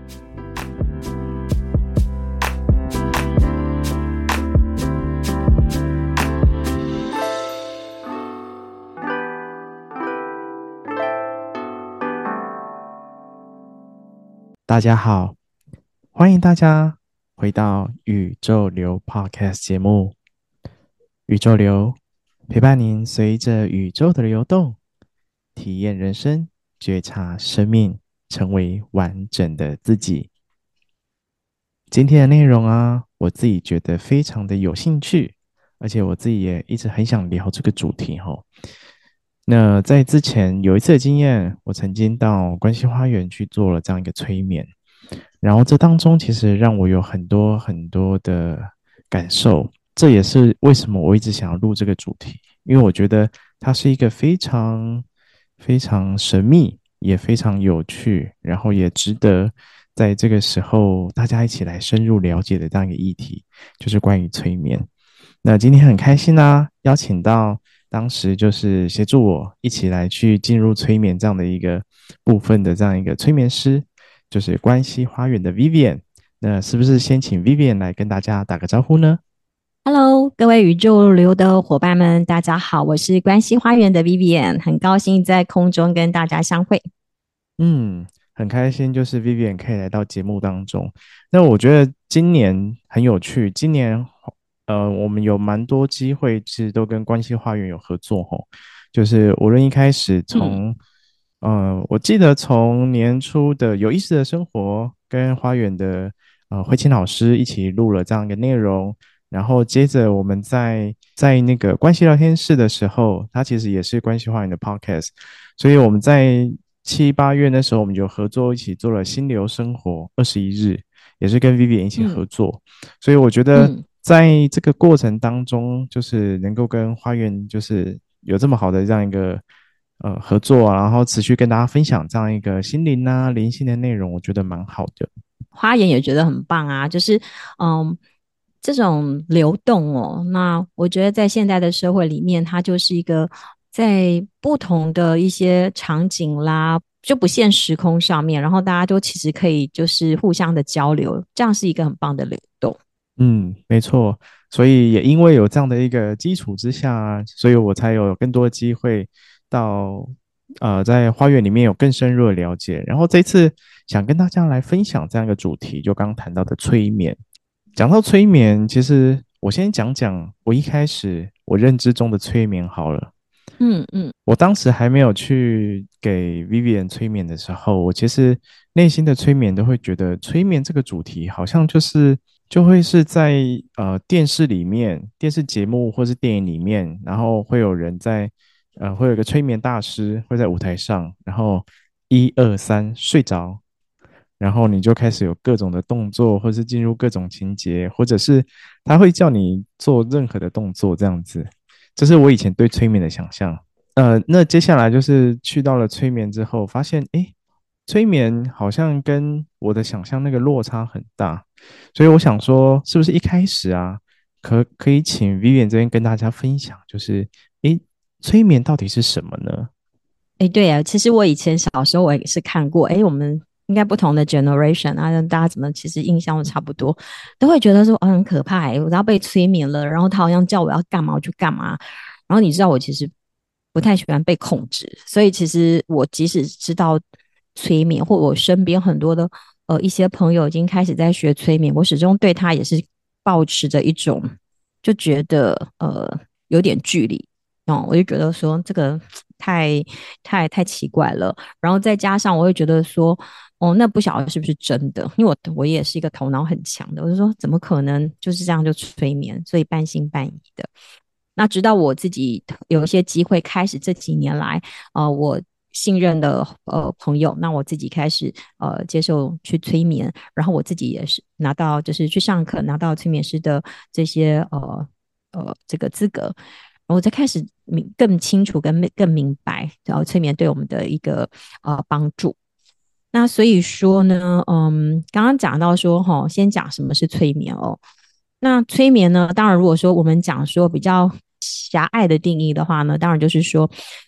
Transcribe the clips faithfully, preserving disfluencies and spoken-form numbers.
大家好，欢迎大家回到宇宙流 Podcast 节目。宇宙流陪伴您随着宇宙的流动，体验人生，觉察生命，成为完整的自己。今天的内容啊，我自己觉得非常的有兴趣，而且我自己也一直很想聊这个主题吼。那在之前有一次的经验，我曾经到关系花园去做了这样一个催眠。然后这当中其实让我有很多很多的感受，这也是为什么我一直想要录这个主题，因为我觉得它是一个非常非常神秘，也非常有趣，然后也值得在这个时候大家一起来深入了解的这样一个议题，就是关于催眠。那今天很开心啊，邀请到当时就是协助我一起来去进入催眠这样的一个部分的这样一个催眠师，就是关系花园的 Vivian。那是不是先请 Vivian 来跟大家打个招呼呢？ Hello，各位宇宙流的伙伴们，大家好，我是关系花园的 Vivian，很高兴在空中跟大家相会。 嗯，很开心，就是 Vivian 可以来到节目当中。那我觉得今年很有趣，今年呃，我们有蛮多机会，其实都跟关系花园有合作吼。就是无论一开始嗯从，呃，我记得从年初的有意识的生活跟花园的呃慧清老师一起录了这样一个内容，然后接着我们在在那个关系聊天室的时候，它其实也是关系花园的 podcast，所以我们在七八月那时候我们就合作一起做了心流生活二十一日，也是跟 Vivian 一起合嗯作。所以我觉得嗯， 在这个过程当中，就是能够跟花园就是有这么好的这样一个呃合作啊，然后持续跟大家分享这样一个心灵啊灵性的内容，我觉得蛮好的。 花园也觉得很棒啊，就是嗯，这种流动哦，那我觉得在现代的社会里面，它就是一个在不同的一些场景啦，就不限时空上面，然后大家都其实可以就是互相的交流，这样是一个很棒的流动。 嗯，没错。所以也因为有这样的一个基础之下，所以我才有更多的机会到呃在花园里面有更深入的了解。然后这次想跟大家来分享这样一个主题，就刚刚谈到的催眠。讲到催眠，其实我先讲讲我一开始我认知中的催眠好了。 嗯嗯我当时还没有去给 Vivian 催眠的时候，我其实内心的催眠都会觉得，催眠这个主题好像就是就会是在呃电视里面、电视节目或是电影里面，然后会有人在呃会有一个催眠大师会在舞台上，然后一二三睡着，然后你就开始有各种的动作，或是进入各种情节，或者是他会叫你做任何的动作，这样子。这是我以前对催眠的想象。呃，那接下来就是去到了催眠之后，发现诶，催眠好像跟我的想象那个落差很大，所以我想说，是不是一开始啊，可可以请 Vivian 这边跟大家分享，就是诶，催眠到底是什么呢？ 哎，对啊，其实我以前小时候我也是看过，哎，我们应该不同的 generation 啊，大家怎么其实印象都差不多，都会觉得说，哦，很可怕，哎，我要被催眠了，然后他好像叫我要干嘛我就干嘛，然后你知道我其实不太喜欢被控制，所以其实我即使知道催眠，或我身边很多的呃一些朋友已经开始在学催眠，我始终对他也是保持着一种就觉得呃有点距离。哦，我就觉得说这个太太太奇怪了，然后再加上我会觉得说，哦，那不晓得是不是真的，因为我我也是一个头脑很强的，我就说怎么可能就是这样就催眠，所以半信半疑的。那直到我自己有一些机会开始这几年来，呃，我信任的呃朋友，那我自己开始呃接受去催眠，然后我自己也是拿到就是去上课拿到催眠师的这些呃呃这个资格，然后我再开始明更清楚跟更明白，然后催眠对我们的一个呃帮助。那所以说呢，嗯，刚刚讲到说，哈，先讲什么是催眠哦。那催眠呢，当然如果说我们讲说比较狭隘的定义的话呢，当然就是说，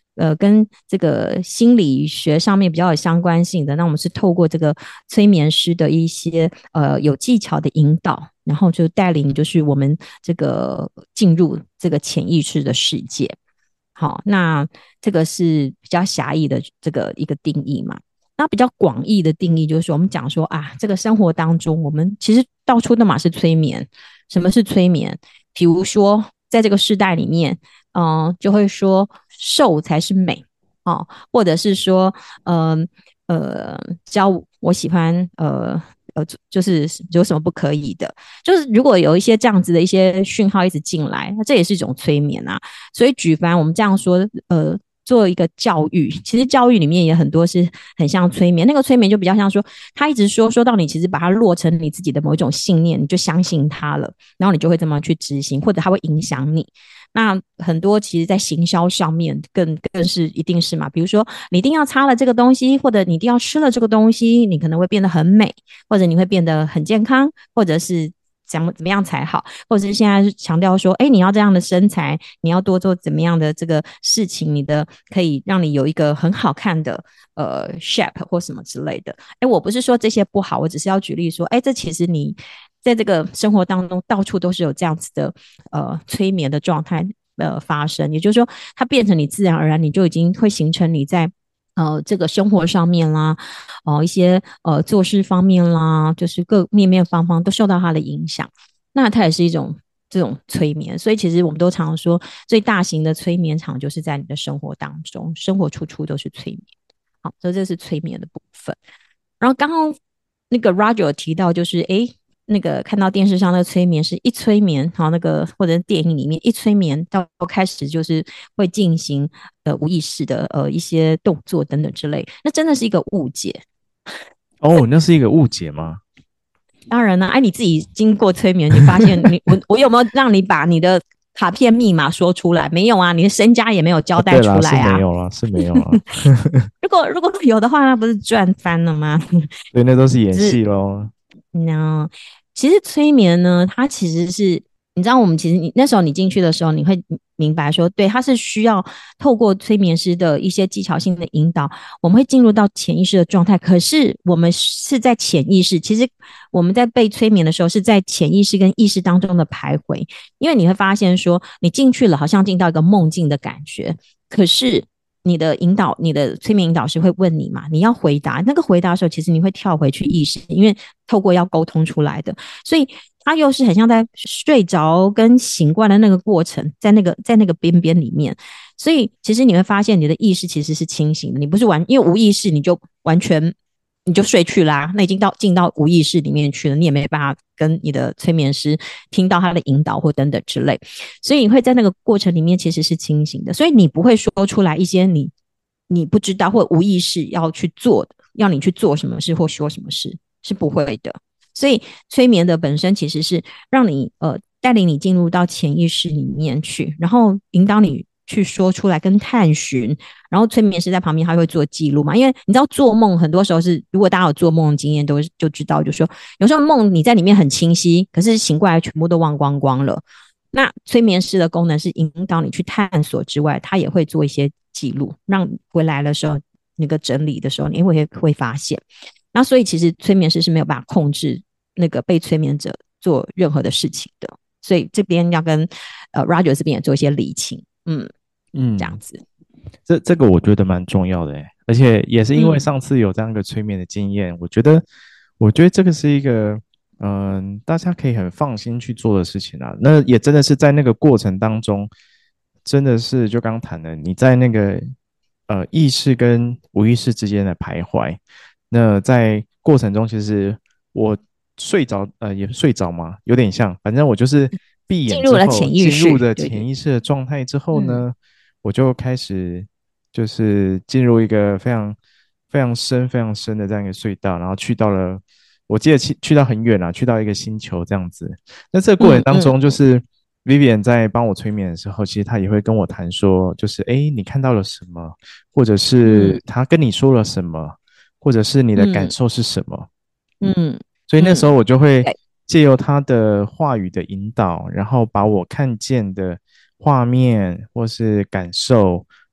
呃跟这个心理学上面比较有相关性的，那我们是透过这个催眠师的一些呃有技巧的引导，然后就带领就是我们这个进入这个潜意识的世界。好，那这个是比较狭义的这个一个定义嘛。那比较广义的定义就是说，我们讲说啊，这个生活当中，我们其实到处都嘛是催眠。什么是催眠？比如说，在这个世代里面，嗯、呃，就会说瘦才是美，哦，或者是说，嗯呃，呃，教我喜欢，呃呃，就是有什么不可以的？就是如果有一些这样子的一些讯号一直进来，那这也是一种催眠啊。所以举凡我们这样说，呃。做一个教育，其实教育里面也很多是很像催眠，那个催眠就比较像说，他一直说说到你，其实把它落成你自己的某一种信念，你就相信他了，然后你就会这么去执行，或者它会影响你。那很多其实在行销上面更更是一定是嘛，比如说你一定要擦了这个东西，或者你一定要吃了这个东西，你可能会变得很美，或者你会变得很健康，或者是怎么怎么样才好，或者是现在是强调说，哎，你要这样的身材，你要多做怎么样的这个事情，你的可以让你有一个很好看的呃 shape 或什么之类的。哎，我不是说这些不好，我只是要举例说，哎，这其实你在这个生活当中到处都是有这样子的呃催眠的状态呃发生，也就是说，它变成你自然而然你就已经会形成你在呃，这个生活上面啦，哦、呃，一些呃做事方面啦，就是各面面方方都受到它的影响。那它也是一种这种催眠，所以其实我们都常说，最大型的催眠场就是在你的生活当中，生活处处都是催眠。好，所以这是催眠的部分。然后刚刚那个 Roger 有提到，就是诶，那个看到电视上的催眠是一催眠，好那个或者电影里面一催眠到开始就是会进行呃无意识的呃一些动作等等之类，那真的是一个误解。 哦，那是一个误解吗？ 当然呢，哎，你自己经过催眠，你发现你我我有没有让你把你的卡片密码说出来？没有啊，你的身家也没有交哦， 代对啦，是出来啊。 没有啦，是没有啦。 如果如果有的话，那不是赚翻了吗？ 对，那都是演只是戏咯。 那其实催眠呢，它其实是你知道，我们其实你那时候你进去的时候，你会明白说，对，它是需要透过催眠师的一些技巧性的引导，我们会进入到潜意识的状态。可是我们是在潜意识，其实我们在被催眠的时候是在潜意识跟意识当中的徘徊，因为你会发现说，你进去了，好像进到一个梦境的感觉，可是。你的引导，你的催眠引导师会问你嘛？你要回答，那个回答的时候，其实你会跳回去意识，因为透过要沟通出来的，所以它又是很像在睡着跟醒过来的那个过程，在那个在那个边边里面，所以其实你会发现你的意识其实是清醒的，你不是完，因为无意识你就完全你就睡去啦，那已经到进到无意识里面去了，你也没办法跟你的催眠师听到他的引导或等等之类，所以你会在那个过程里面其实是清醒的，所以你不会说出来一些你你不知道或无意识要去做的，要你去做什么事或说什么事是不会的。所以催眠的本身其实是让你呃带领你进入到潜意识里面去，然后引导你去说出来跟探寻，然后催眠师在旁边他会做记录嘛，因为你知道做梦很多时候是，如果大家有做梦的经验都就知道，就说有时候梦你在里面很清晰，可是醒过来全部都忘光光了。那催眠师的功能是引导你去探索之外，他也会做一些记录，让回来的时候那个整理的时候，你会会发现。那所以其实催眠师是没有办法控制那个被催眠者做任何的事情的，所以这边要跟呃 Roger 这边也做一些理清，嗯嗯，这样嗯， 子， 这这个我觉得蛮重要的诶，而且也是因为嗯上次有这样一个催眠的经验，我觉得，我觉得这个是一个，嗯、大家可以很放心去做的事情啊。那也真的是在那个过程当中，真的是就刚谈的，你在那个呃意识跟无意识之间的徘徊。那在过程中，其实我睡着，呃，也睡着嘛，有点像，反正我就是闭眼进入了之后， 潜意识， 进入了对对， 潜意识的状态之后嗯呢，我就开始就是进入一个非常非常深、非常深的这样一个隧道，然后去到了，我记得去去到很远啊，去到一个星球这样子。那这个过程当嗯嗯中，就是 Vivian 在帮我催眠的时候，其实他也会跟我谈说，就是哎，你看到了什么，或者是嗯他跟你说了什么，或者是你的感嗯受是什么。 嗯所以那时嗯， 候我就会对， 借由他的话语的引导，然后把我看见的画面或是感受，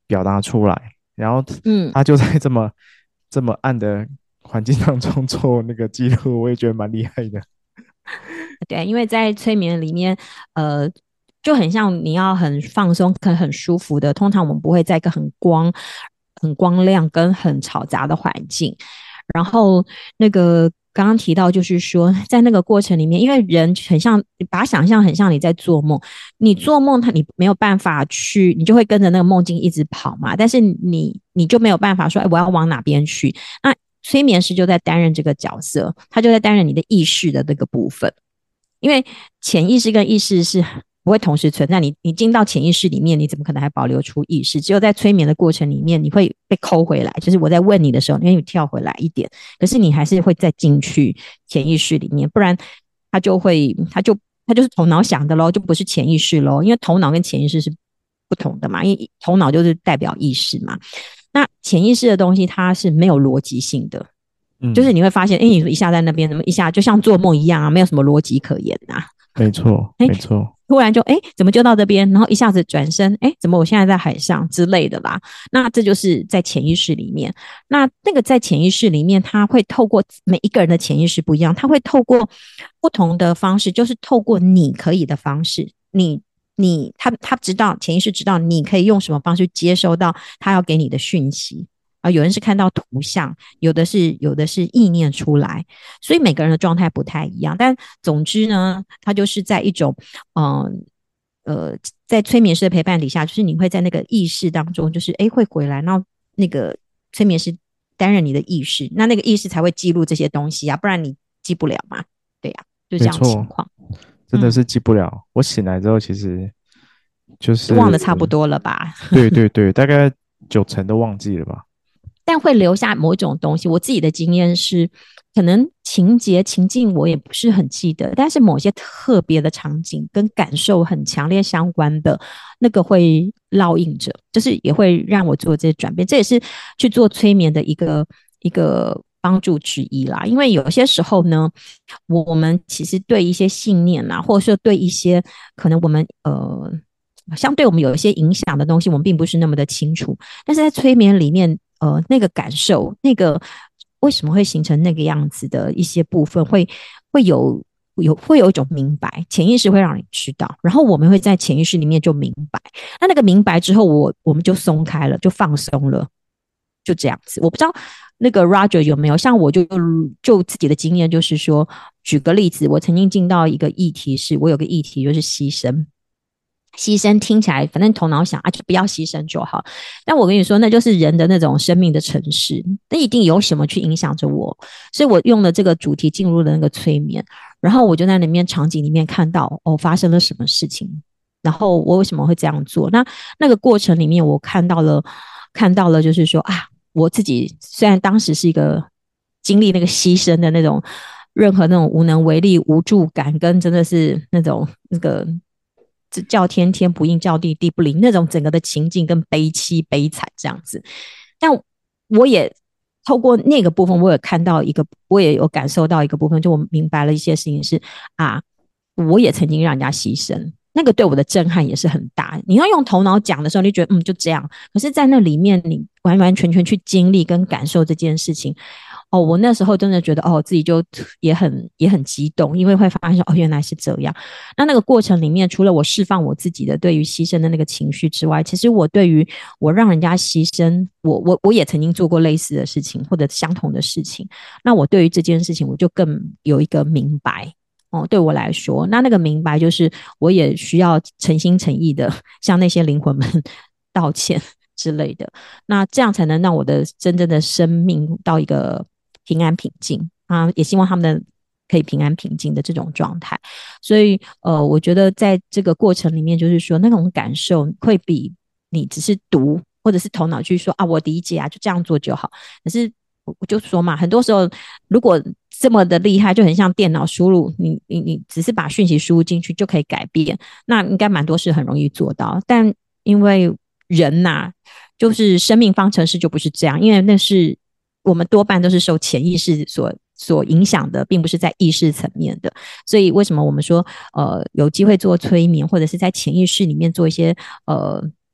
表达出来，然后嗯， 他就在这么这么暗的环境当中做那个记录，我也觉得蛮厉害的。 对，因为在催眠里面，呃，就很像你要很放松、可很舒服的。通常我们不会在一个很光、很光亮跟很嘈杂的环境。然后那个刚刚提到，就是说，在那个过程里面，因为人很像，把它想象很像你在做梦。你做梦，它你没有办法去，你就会跟着那个梦境一直跑嘛。但是你你就没有办法说，哎，我要往哪边去？那催眠师就在担任这个角色，他就在担任你的意识的这个部分。因为潜意识跟意识是不会同时存在，你你进到潜意识里面，你怎么可能还保留出意识？只有在催眠的过程里面，你会被抠回来，就是我在问你的时候，因为你跳回来一点，可是你还是会再进去潜意识里面，不然他就会，他就他就是头脑想的咯，就不是潜意识咯，因为头脑跟潜意识是不同的嘛，因为头脑就是代表意识嘛，那潜意识的东西它是没有逻辑性的。就是你会发现，哎，你一下在那边，怎么一下就像做梦一样啊，没有什么逻辑可言啊。 没错，没错。 突然就哎，怎么就到这边？然后一下子转身，哎，怎么我现在在海上之类的啦？那这就是在潜意识里面。那那个在潜意识里面，它会透过每一个人的潜意识不一样，它会透过不同的方式，就是透过你可以的方式，你你他他知道潜意识知道你可以用什么方式接收到他要给你的讯息。啊，有人是看到图像，有的是有的是意念出来，所以每个人的状态不太一样。但总之呢，它就是在一种嗯呃呃，在催眠师的陪伴底下，就是你会在那个意识当中，就是哎会回来，然后那个催眠师担任你的意识，那那个意识才会记录这些东西啊，不然你记不了嘛。对呀、啊，就这样情况。 真的是记不了。嗯、我醒来之后，其实就是忘得差不多了吧？ 对对对，大概九成都忘记了吧。 但会留下某一种东西。我自己的经验是，可能情节情境我也不是很记得，但是某些特别的场景跟感受很强烈相关的那个会烙印着，就是也会让我做这些转变。这也是去做催眠的一个一个帮助之一啦。因为有些时候呢，我们其实对一些信念啊，或者说对一些可能我们呃。相对我们有一些影响的东西，我们并不是那么的清楚，但是在催眠里面，呃，那个感受，那个为什么会形成那个样子的一些部分，会会有有会有一种明白，潜意识会让你知道，然后我们会在潜意识里面就明白。那那个明白之后，我我们就松开了，就放松了，就这样子。我不知道那个 Roger 有没有，像我就就自己的经验，就是说，举个例子，我曾经进到一个议题是，我有个议题就是牺牲。牺牲听起来，反正头脑想啊，就不要牺牲就好。但我跟你说，那就是人的那种生命的程式，那一定有什么去影响着我。所以我用了这个主题进入了那个催眠，然后我就在里面场景里面看到哦，发生了什么事情，然后我为什么会这样做？那那个过程里面，我看到了，看到了，就是说啊，我自己虽然当时是一个经历那个牺牲的那种，任何那种无能为力、无助感，跟真的是那种那个。叫天天不应，叫地地不灵，那种整个的情境跟悲戚悲惨这样子。但我也透过那个部分，我也看到一个，我也有感受到一个部分，就我明白了一些事情是啊，我也曾经让人家牺牲，那个对我的震撼也是很大。你要用头脑讲的时候，你就觉得嗯就这样，可是在那里面，你完完全全去经历跟感受这件事情。哦，我那时候真的觉得，哦，自己就也很也很激动，因为会发现哦，原来是这样。那那个过程里面，除了我释放我自己的对于牺牲的那个情绪之外，其实我对于我让人家牺牲，我我我也曾经做过类似的事情或者相同的事情。那我对于这件事情，我就更有一个明白。哦，对我来说，那那个明白就是，我也需要诚心诚意的向那些灵魂们道歉之类的。那这样才能让我的真正的生命到一个平安平静啊，也希望他们的可以平安平静的这种状态。所以，呃，我觉得在这个过程里面，就是说那种感受会比你只是读或者是头脑去说啊，我理解啊，就这样做就好。可是我就说嘛，很多时候如果这么的厉害，就很像电脑输入，你你你只是把讯息输入进去就可以改变，那应该蛮多事很容易做到。但因为人呐、啊，就是生命方程式就不是这样，因为那是我们多半都是受潜意识所所影响的，并不是在意识层面的。所以为什么我们说呃有机会做催眠，或者是在潜意识里面做一些呃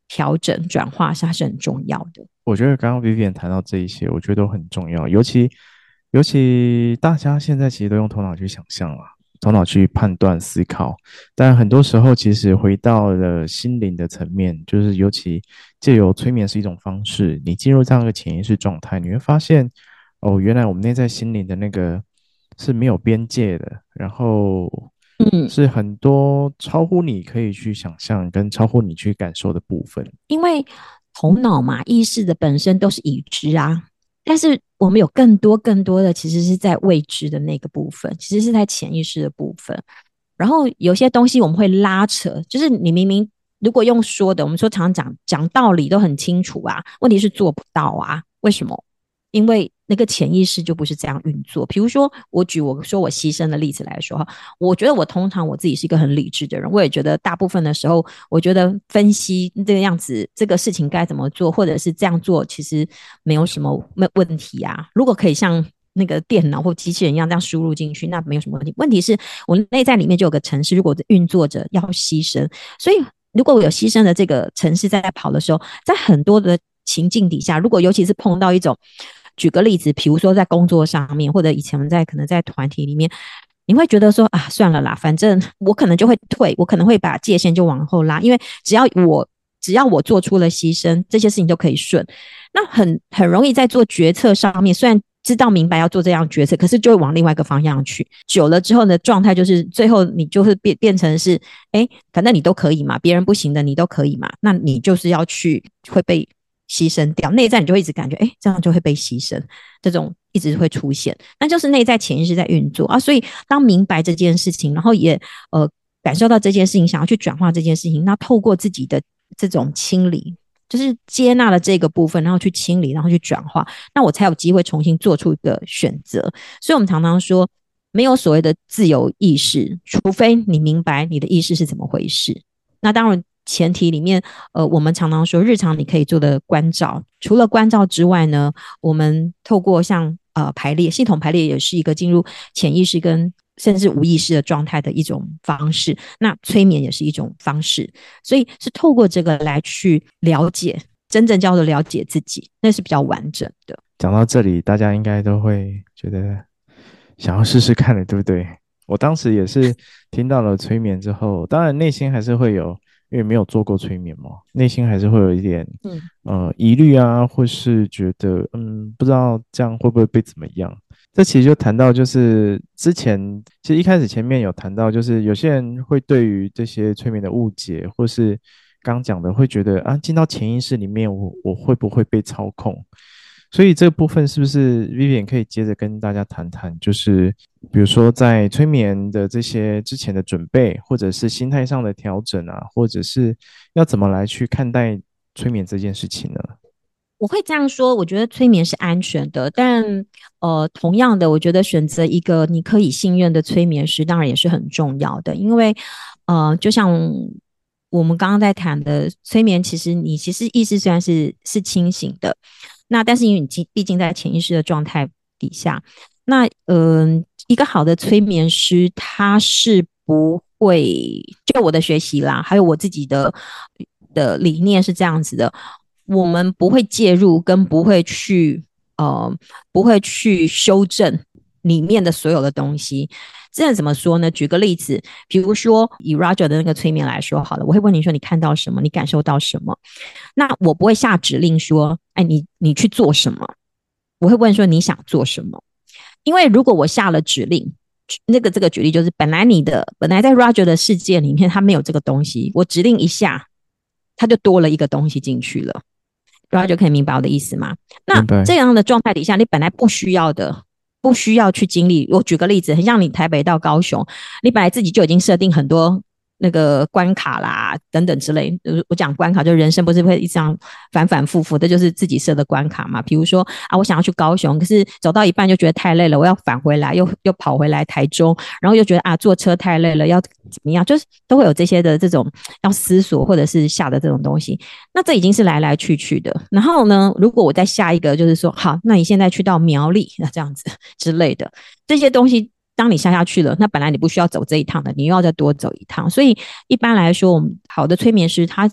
调整转化它是很重要的。 我觉得刚刚 Vivian 谈到这一些，我觉得都很重要，尤其尤其大家现在其实都用头脑去想象啊，头脑去判断思考，但很多时候其实回到了心灵的层面，就是尤其借由催眠是一种方式，你进入这样一个潜意识状态，你会发现哦，原来我们内在心灵的那个是没有边界的，然后嗯， 是很多超乎你可以去想象跟超乎你去感受的部分。 因为头脑嘛，意识的本身都是已知啊，但是我们有更多更多的其实是在未知的那个部分，其实是在潜意识的部分。然后有些东西我们会拉扯，就是你明明如果用说的，我们说常常讲讲道理都很清楚啊，问题是做不到啊，为什么？因为那个潜意识就不是这样运作。比如说，我举我说我牺牲的例子来说哈，我觉得我通常我自己是一个很理智的人，我也觉得大部分的时候，我觉得分析这个样子，这个事情该怎么做，或者是这样做，其实没有什么问题啊。如果可以像那个电脑或机器人一样这样输入进去，那没有什么问题。问题是我内在里面就有个程式，如果运作着要牺牲，所以如果我有牺牲的这个程式在跑的时候，在很多的情境底下，如果尤其是碰到一种，举个例子，比如说在工作上面，或者以前我们在可能在团体里面，你会觉得说啊，算了啦，反正我可能就会退，我可能会把界限就往后拉，因为只要我只要我做出了牺牲，这些事情就可以顺。那很很容易在做决策上面，虽然知道明白要做这样决策，可是就会往另外一个方向去。久了之后的状态就是，最后你就会变变成是，哎，反正你都可以嘛，别人不行的你都可以嘛，那你就是要去会被牺牲掉，内在你就会一直感觉，哎，这样就会被牺牲，这种一直会出现，那就是内在潜意识在运作啊。所以当明白这件事情，然后也呃感受到这件事情，想要去转化这件事情，那透过自己的这种清理，就是接纳了这个部分，然后去清理，然后去转化，那我才有机会重新做出一个选择。所以我们常常说，没有所谓的自由意识，除非你明白你的意识是怎么回事。那当然。前提里面，呃，我们常常说，日常你可以做的关照，除了关照之外呢，我们透过像呃排列系统排列，也是一个进入潜意识跟甚至无意识的状态的一种方式。那催眠也是一种方式，所以是透过这个来去了解，真正叫做了解自己，那是比较完整的。 讲到这里，大家应该都会觉得想要试试看的，对不对？我当时也是听到了催眠之后，当然内心还是会有。因为没有做过催眠嘛，内心还是会有一点嗯呃疑虑啊，或是觉得嗯不知道这样会不会被怎么样。这其实就谈到就是之前其实一开始前面有谈到，就是有些人会对于这些催眠的误解，或是刚讲的会觉得啊进到潜意识里面我我会不会被操控。所以这个部分是不是 Vivian 可以接着跟大家谈谈，就是比如说在催眠的这些之前的准备，或者是心态上的调整啊，或者是要怎么来去看待催眠这件事情呢？ 我会这样说，我觉得催眠是安全的，但呃，同样的，我觉得选择一个你可以信任的催眠师，当然也是很重要的，因为呃，就像我们刚刚在谈的催眠，其实你其实意识虽然是是清醒的。那但是因为你毕竟在潜意识的状态底下，那嗯、呃，一个好的催眠师他是不会，就我的学习啦，还有我自己的的理念是这样子的，我们不会介入，跟不会去呃，不会去修正里面的所有的东西。这样怎么说呢？举个例子，比如说以 Roger 的那个催眠来说好了，我会问你说你看到什么，你感受到什么？那我不会下指令说，哎，你你去做什么？我会问说你想做什么？因为如果我下了指令，那个这个举例就是本来你的本来在 Roger 的世界里面他没有这个东西，我指令一下，他就多了一个东西进去了。Roger 可以明白我的意思吗？那这样的状态底下，你本来不需要的。不需要去经历。我举个例子，很像你台北到高雄，你本来自己就已经设定很多那个关卡啦等等之类。我讲关卡，就是人生不是会一直这样反反复复的，就是自己设的关卡嘛。比如说啊，我想要去高雄，可是走到一半就觉得太累了，我要返回来，又又跑回来台中，然后又觉得啊坐车太累了，要怎么样，就是都会有这些的这种要思索或者是下的这种东西。那这已经是来来去去的。然后呢，如果我再下一个就是说，好，那你现在去到苗栗，那这样子之类的这些东西。当你下下去了，那本来你不需要走这一趟的，你又要再多走一趟。所以一般来说，我们好的催眠师他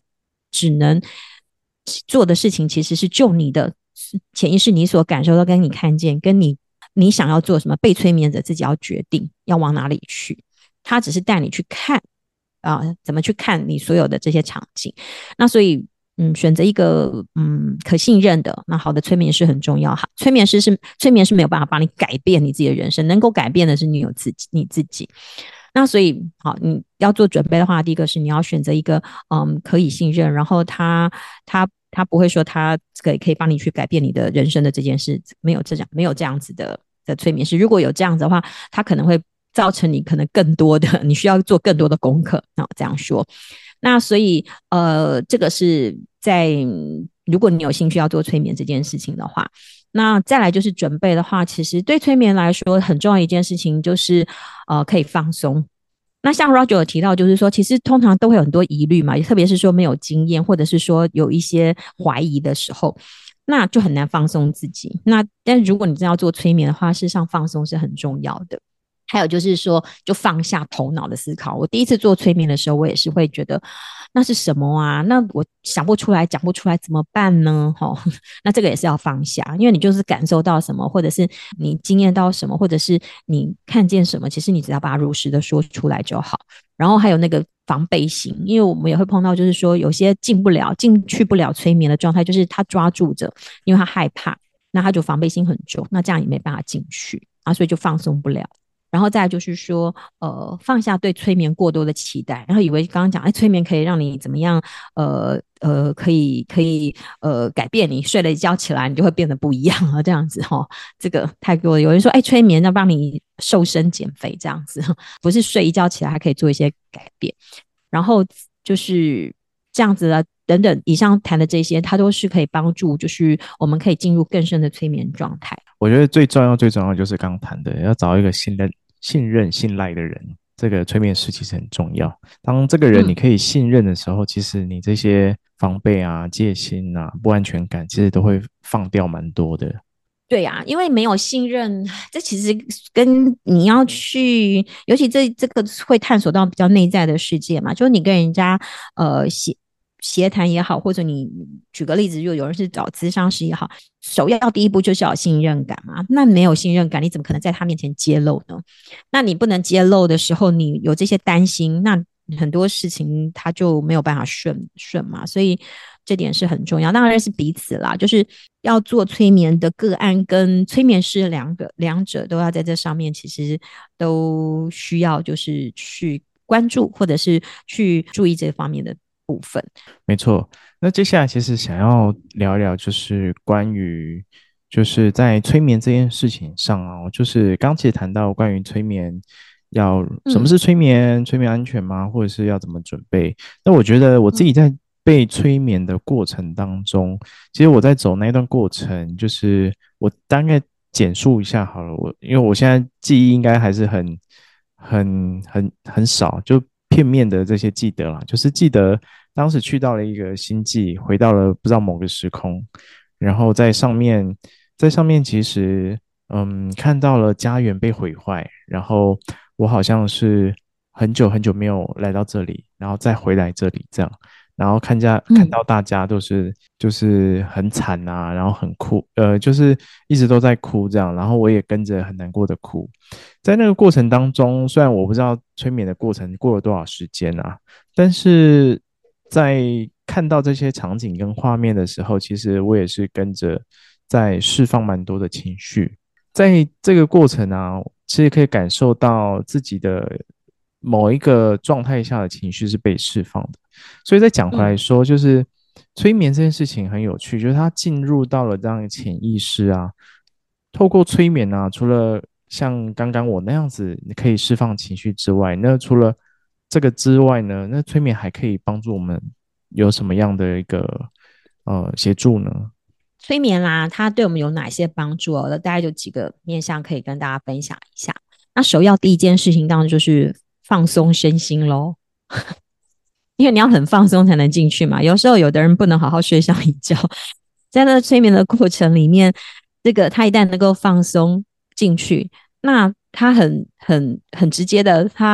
只能做的事情其实是就你的潜意识你所感受到跟你看见跟你你想要做什么，被催眠者自己要决定要往哪里去，他只是带你去看啊、呃，怎么去看你所有的这些场景。那所以嗯，选择一个嗯可信任的那好的催眠师很重要。催眠师是催眠师没有办法帮你改变你自己的人生，能够改变的是你有自己你自己。那所以好，你要做准备的话，第一个是你要选择一个嗯可以信任，然后他他他不会说他可以可以帮你去改变你的人生的这件事，没有这样没有这样子的的催眠师。如果有这样子的话，他可能会造成你可能更多的你需要做更多的功课。那这样说，那所以呃这个是在如果你有兴趣要做催眠这件事情的话。那再来就是准备的话，其实对催眠来说很重要一件事情就是呃可以放松。那像 Roger 有提到就是说其实通常都会有很多疑虑嘛，特别是说没有经验或者是说有一些怀疑的时候，那就很难放松自己。那但如果你真要做催眠的话，事实上放松是很重要的。还有就是说就放下头脑的思考。我第一次做催眠的时候，我也是会觉得那是什么啊，那我想不出来讲不出来怎么办呢、哦、那这个也是要放下，因为你就是感受到什么，或者是你经验到什么，或者是你看见什么，其实你只要把它如实的说出来就好。然后还有那个防备心，因为我们也会碰到就是说有些进不了进去不了催眠的状态，就是他抓住着，因为他害怕，那他就防备心很重，那这样也没办法进去啊，所以就放松不了。然后再来就是说呃，放下对催眠过多的期待，然后以为刚刚讲哎，催眠可以让你怎么样呃呃，可以可以呃改变你，睡了一觉起来你就会变得不一样了这样子齁，这个太多了。有人说哎，催眠要帮你瘦身减肥这样子，不是睡一觉起来还可以做一些改变。然后就是这样子的等等，以上谈的这些它都是可以帮助就是我们可以进入更深的催眠状态。 我觉得最重要最重要就是刚刚谈的，要找一个信任信任信赖的人，这个催眠师其实很重要。当这个人你可以信任的时候、嗯、其实你这些防备啊戒心啊不安全感其实都会放掉蛮多的。 对啊，因为没有信任，这其实跟你要去，尤其这这个会探索到比较内在的世界嘛，就是你跟人家呃协协谈也好，或者你举个例子，就有人是找咨商师也好，首要第一步就是要有信任感嘛。那没有信任感，你怎么可能在他面前揭露呢？那你不能揭露的时候，你有这些担心，那很多事情他就没有办法顺顺嘛，所以这点是很重要。当然是彼此啦，就是要做催眠的个案跟催眠师两个两者都要在这上面，其实都需要就是去关注或者是去注意这方面的部分。 没错，那接下来其实想要聊一聊就是关于就是在催眠这件事情上啊，就是刚其实谈到关于催眠要什么是催眠、嗯、催眠安全吗？或者是要怎么准备？那我觉得我自己在被催眠的过程当中、嗯、其实我在走那一段过程，就是我大概简述一下好了，我因为我现在记忆应该还是很很很很少，就片面的这些记得啦，就是记得当时去到了一个星际，回到了不知道某个时空，然后在上面在上面其实嗯看到了家园被毁坏，然后我好像是很久很久没有来到这里，然后再回来这里这样，然后看家看到大家都是就是很惨啊，然后很哭，呃，就是一直都在哭这样，然后我也跟着很难过的哭。在那个过程当中，虽然我不知道催眠的过程过了多少时间啊，但是在看到这些场景跟画面的时候，其实我也是跟着在释放蛮多的情绪。在这个过程啊，其实可以感受到自己的某一个状态下的情绪是被释放的。所以再讲回来说、嗯、就是催眠这件事情很有趣，就是它进入到了这样的潜意识啊，透过催眠啊，除了像刚刚我那样子你可以释放情绪之外，那除了这个之外呢，那催眠还可以帮助我们有什么样的一个呃协助呢？ 催眠啦，它对我们有哪些帮助哦？大概有几个面向可以跟大家分享一下。那首要第一件事情当然就是放松身心咯因为你要很放松才能进去嘛，有时候有的人不能好好睡上一觉，在那催眠的过程里面，这个他一旦能够放松进去，那他很很很直接的，他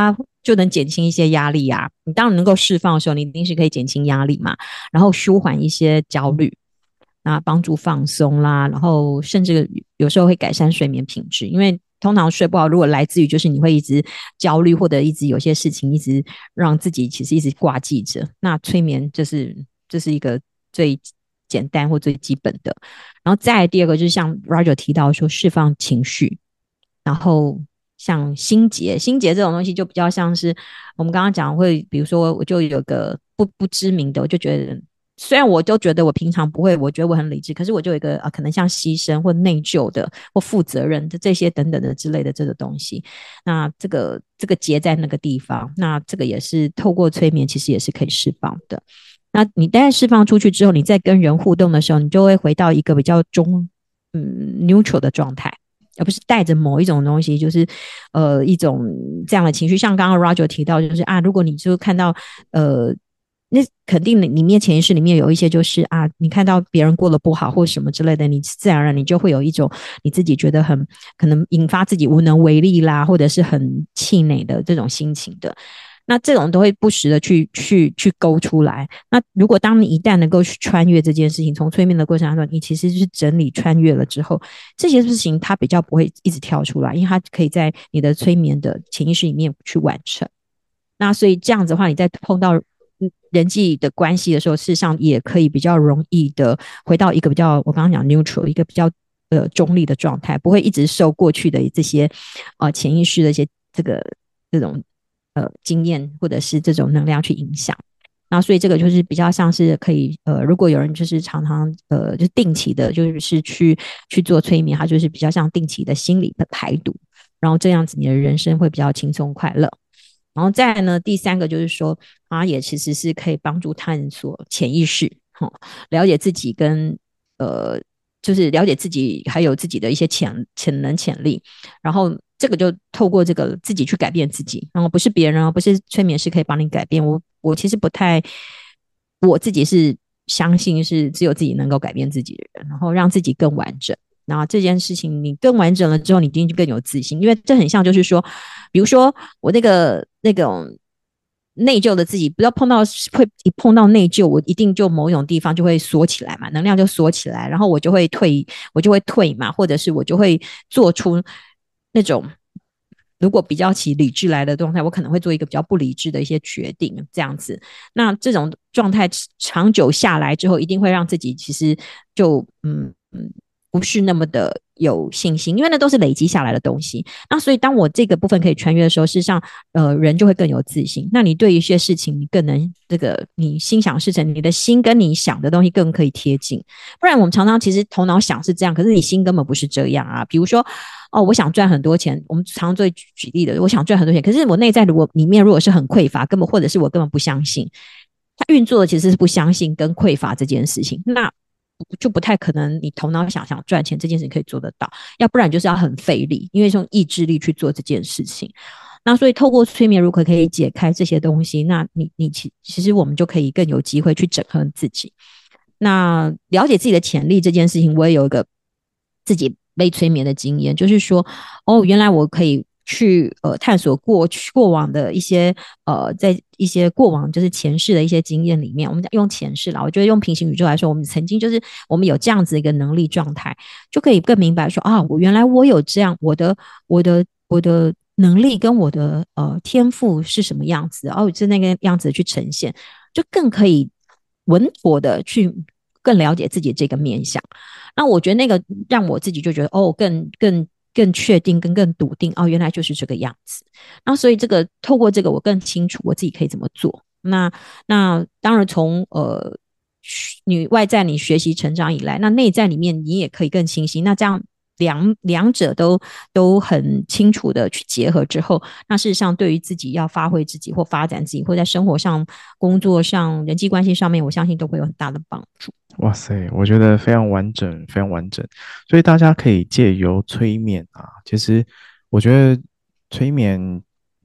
就能减轻一些压力啊。你当然能够释放的时候，你一定是可以减轻压力嘛，然后舒缓一些焦虑，那帮助放松啦，然后甚至有时候会改善睡眠品质，因为通常睡不好，如果来自于就是你会一直焦虑，或者一直有些事情一直让自己其实一直挂记着，那催眠就是这是一个最简单或最基本的。然后再来第二个就是像 Roger 提到说释放情绪，然后像心结，心结这种东西就比较像是我们刚刚讲会，比如说我就有个不不知名的，我就觉得虽然我都觉得我平常不会，我觉得我很理智，可是我就有一个、呃、可能像牺牲或内疚的或负责任的这些等等的之类的这个东西，那这个这个结在那个地方，那这个也是透过催眠其实也是可以释放的。那你当然释放出去之后，你在跟人互动的时候，你就会回到一个比较中嗯 neutral 的状态，而不是带着某一种东西，就是呃一种这样的情绪。像刚刚 Roger 提到，就是啊，如果你就看到呃。那肯定里面潜意识里面有一些就是啊，你看到别人过得不好或什么之类的，你自然而然你就会有一种你自己觉得很可能引发自己无能为力啦，或者是很气馁的这种心情的。那这种都会不时的去去去勾出来。那如果当你一旦能够去穿越这件事情，从催眠的过程当中，你其实是整理穿越了之后，这些事情它比较不会一直跳出来，因为它可以在你的催眠的潜意识里面去完成。那所以这样子的话，你在碰到人际的关系的时候，事实上也可以比较容易的回到一个比较我刚刚讲 neutral 一个比较呃中立的状态，不会一直受过去的这些呃潜意识的一些这个这种呃经验或者是这种能量去影响。那所以这个就是比较像是可以呃，如果有人就是常常呃就定期的就是去去做催眠，它就是比较像定期的心理的排毒，然后这样子你的人生会比较轻松快乐。然后再来呢，第三个就是说，它也其实是可以帮助探索潜意识，哦，了解自己跟呃，就是了解自己还有自己的一些潜潜能潜力，然后这个就透过这个自己去改变自己，然后不是别人，不是催眠师可以帮你改变。我我其实不太，我自己是相信是只有自己能够改变自己的人，然后让自己更完整。然后这件事情你更完整了之后，你一定就更有自信，因为这很像就是说，比如说我那个那种内疚的自己，不要碰到会一碰到内疚，我一定就某种地方就会缩起来嘛，能量就缩起来，然后我就会退，我就会退嘛，或者是我就会做出那种。如果比较起理智来的状态，我可能会做一个比较不理智的一些决定，这样子。那这种状态长久下来之后，一定会让自己其实就嗯嗯不是那么的有信心，因为那都是累积下来的东西。那所以当我这个部分可以穿越的时候，事实上呃人就会更有自信。那你对一些事情，你更能这个你心想事成，你的心跟你想的东西更可以贴近。不然我们常常其实头脑想是这样，可是你心根本不是这样啊。比如说哦，我想赚很多钱，我们常常最举例的，我想赚很多钱，可是我内在如果里面如果是很匮乏，根本或者是我根本不相信，他运作的其实是不相信跟匮乏这件事情，那就不太可能你头脑想想赚钱这件事情可以做得到，要不然就是要很费力，因为是用意志力去做这件事情。那所以透过催眠如果可以解开这些东西，那你你其其实我们就可以更有机会去整合自己。那了解自己的潜力这件事情，我也有一个自己被催眠的经验，就是说，哦，原来我可以去呃探索过去过往的一些呃，在一些过往就是前世的一些经验里面，我们用前世啦，我觉得用平行宇宙来说，我们曾经就是我们有这样子一个能力状态，就可以更明白说啊，我原来我有这样我的我的我的能力跟我的呃天赋是什么样子，哦，是那个样子去呈现，就更可以稳妥的去更了解自己这个面向。那我觉得那个让我自己就觉得哦，更更更确定，跟更笃定哦，原来就是这个样子。那所以这个透过这个，我更清楚我自己可以怎么做。那那当然从呃你外在你学习成长以来，那内在里面你也可以更清晰。那这样两两者都都很清楚的去结合之后，那事实上对于自己要发挥自己或发展自己，或在生活上、工作上、人际关系上面，我相信都会有很大的帮助。 哇塞，我觉得非常完整，非常完整。所以大家可以借由催眠啊，其实我觉得催眠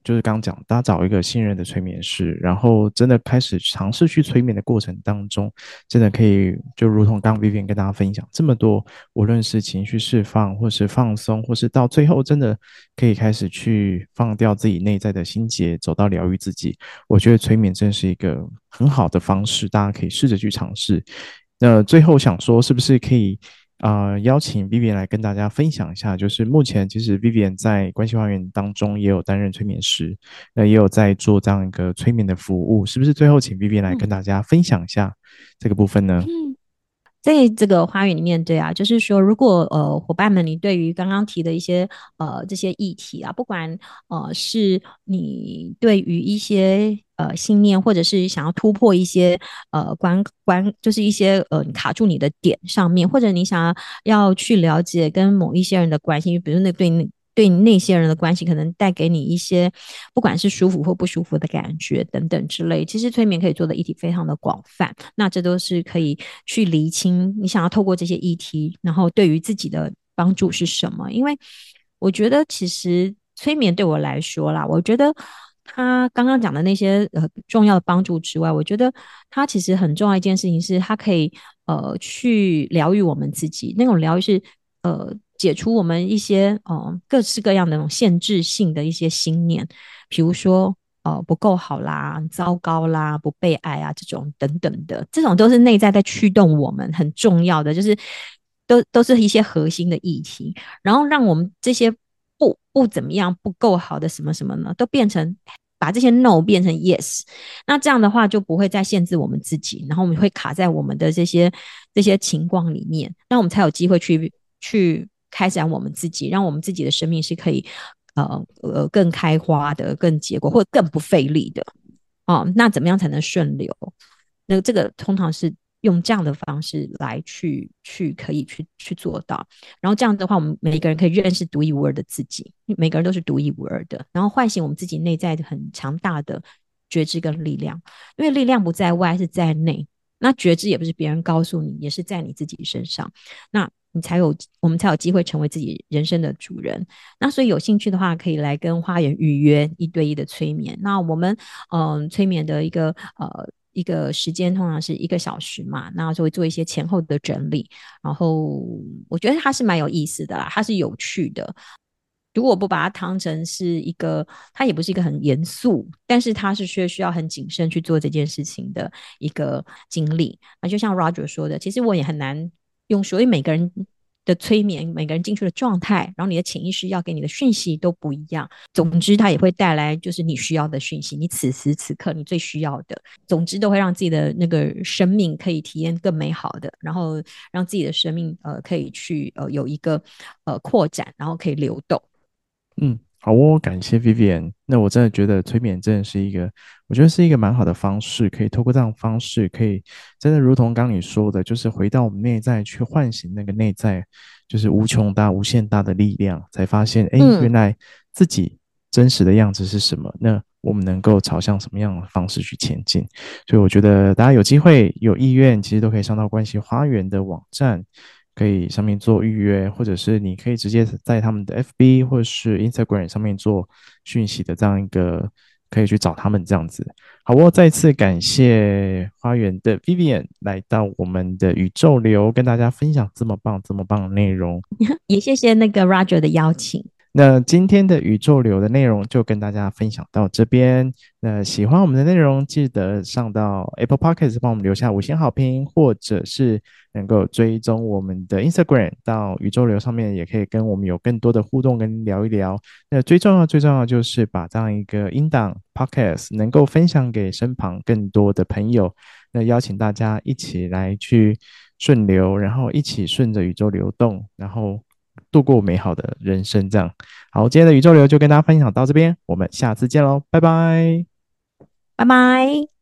就是刚刚讲，大家找一个信任的催眠师，然后真的开始尝试去催眠的过程当中，真的可以就如同刚刚 Vivian 跟大家分享这么多，无论是情绪释放，或是放松，或是到最后真的可以开始去放掉自己内在的心结，走到疗愈自己。我觉得催眠真是一个很好的方式，大家可以试着去尝试。那最后想说，是不是可以呃邀请 Vivian 来跟大家分享一下？就是目前其实 Vivian 在关系花园当中也有担任催眠师，那也有在做这样一个催眠的服务，是不是？最后请 Vivian 来跟大家分享一下这个部分呢？ 嗯，在这个花园里面，对啊，就是说，如果呃伙伴们，你对于刚刚提的一些呃这些议题啊，不管呃是你对于一些呃信念，或者是想要突破一些呃关关，就是一些呃卡住你的点上面，或者你想要要去了解跟某一些人的关系，比如那对那对那些人的关系，可能带给你一些不管是舒服或不舒服的感觉等等之类。其实催眠可以做的议题非常的广泛，那这都是可以去厘清你想要透过这些议题，然后对于自己的帮助是什么。因为我觉得其实催眠对我来说啦，我觉得他刚刚讲的那些呃重要的帮助之外，我觉得他其实很重要一件事情是，他可以呃去疗愈我们自己，那种疗愈是呃解除我们一些呃各式各样的那种限制性的一些信念，比如说呃不够好啦、糟糕啦、不被爱啊这种等等的，这种都是内在在驱动我们很重要的，就是都都是一些核心的议题，然后让我们这些不不怎么样、不够好的什么什么呢，都变成。把这些 no 变成 yes，那这样的话就不会再限制我们自己，然后我们会卡在我们的这些这些情况里面，那我们才有机会去去开展我们自己，让我们自己的生命是可以呃呃更开花的、更结果或更不费力的哦。那怎么样才能顺流？那这个通常是用这样的方式来去去可以去去做到。然后这样的话，我们每一个人可以认识独一无二的自己，每个人都是独一无二的，然后唤醒我们自己内在很强大的觉知跟力量，因为力量不在外，是在内。那觉知也不是别人告诉你，也是在你自己身上。那你才有，我们才有机会成为自己人生的主人。那所以有兴趣的话，可以来跟花园预约一对一的催眠。那我们嗯、呃，催眠的一个呃一个时间通常是一个小时嘛，那就会做一些前后的整理。然后我觉得它是蛮有意思的啦，它是有趣的。如果我不把它当成是一个，它也不是一个很严肃，但是它是需需要很谨慎去做这件事情的一个经历。那就像 Roger 说的，其实我也很难用，所以每个人的催眠，每个人进去的状态，然后你的潜意识要给你的讯息都不一样。总之，它也会带来就是你需要的讯息，你此时此刻你最需要的。总之，都会让自己的那个生命可以体验更美好的，然后让自己的生命呃可以去呃有一个呃扩展，然后可以流动。 嗯，好哦，感谢 Vivian。那我真的觉得催眠真的是一个，我觉得是一个蛮好的方式，可以透过这样的方式，可以真的如同刚你说的，就是回到我们内在去唤醒那个内在，就是无穷大、无限大的力量，才发现，哎，原嗯来自己真实的样子是什么？那我们能够朝向什么样的方式去前进？所以我觉得大家有机会、有意愿，其实都可以上到关系花园的网站。可以上面做预约，或者是你可以直接在他们的 F B 或是 Instagram 上面做讯息的这样一个，可以去找他们这样子。好哦，再次感谢花园的 Vivian 来到我们的宇宙流，跟大家分享这么棒、这么棒的内容。 也谢谢那个 Roger 的邀请。 那今天的宇宙流的内容就跟大家分享到这边。那喜欢我们的内容，记得上到 Apple Podcast 帮我们留下五星好评，或者是能够追踪我们的 Instagram 到宇宙流上面，也可以跟我们有更多的互动跟聊一聊。那最重要、最重要就是把这样一个音档 Podcast 能够分享给身旁更多的朋友。那邀请大家一起来去顺流，然后一起顺着宇宙流动，然后度过美好的人生。这样，好，今天的宇宙流就跟大家分享到这边，我们下次见喽，拜拜。 拜拜。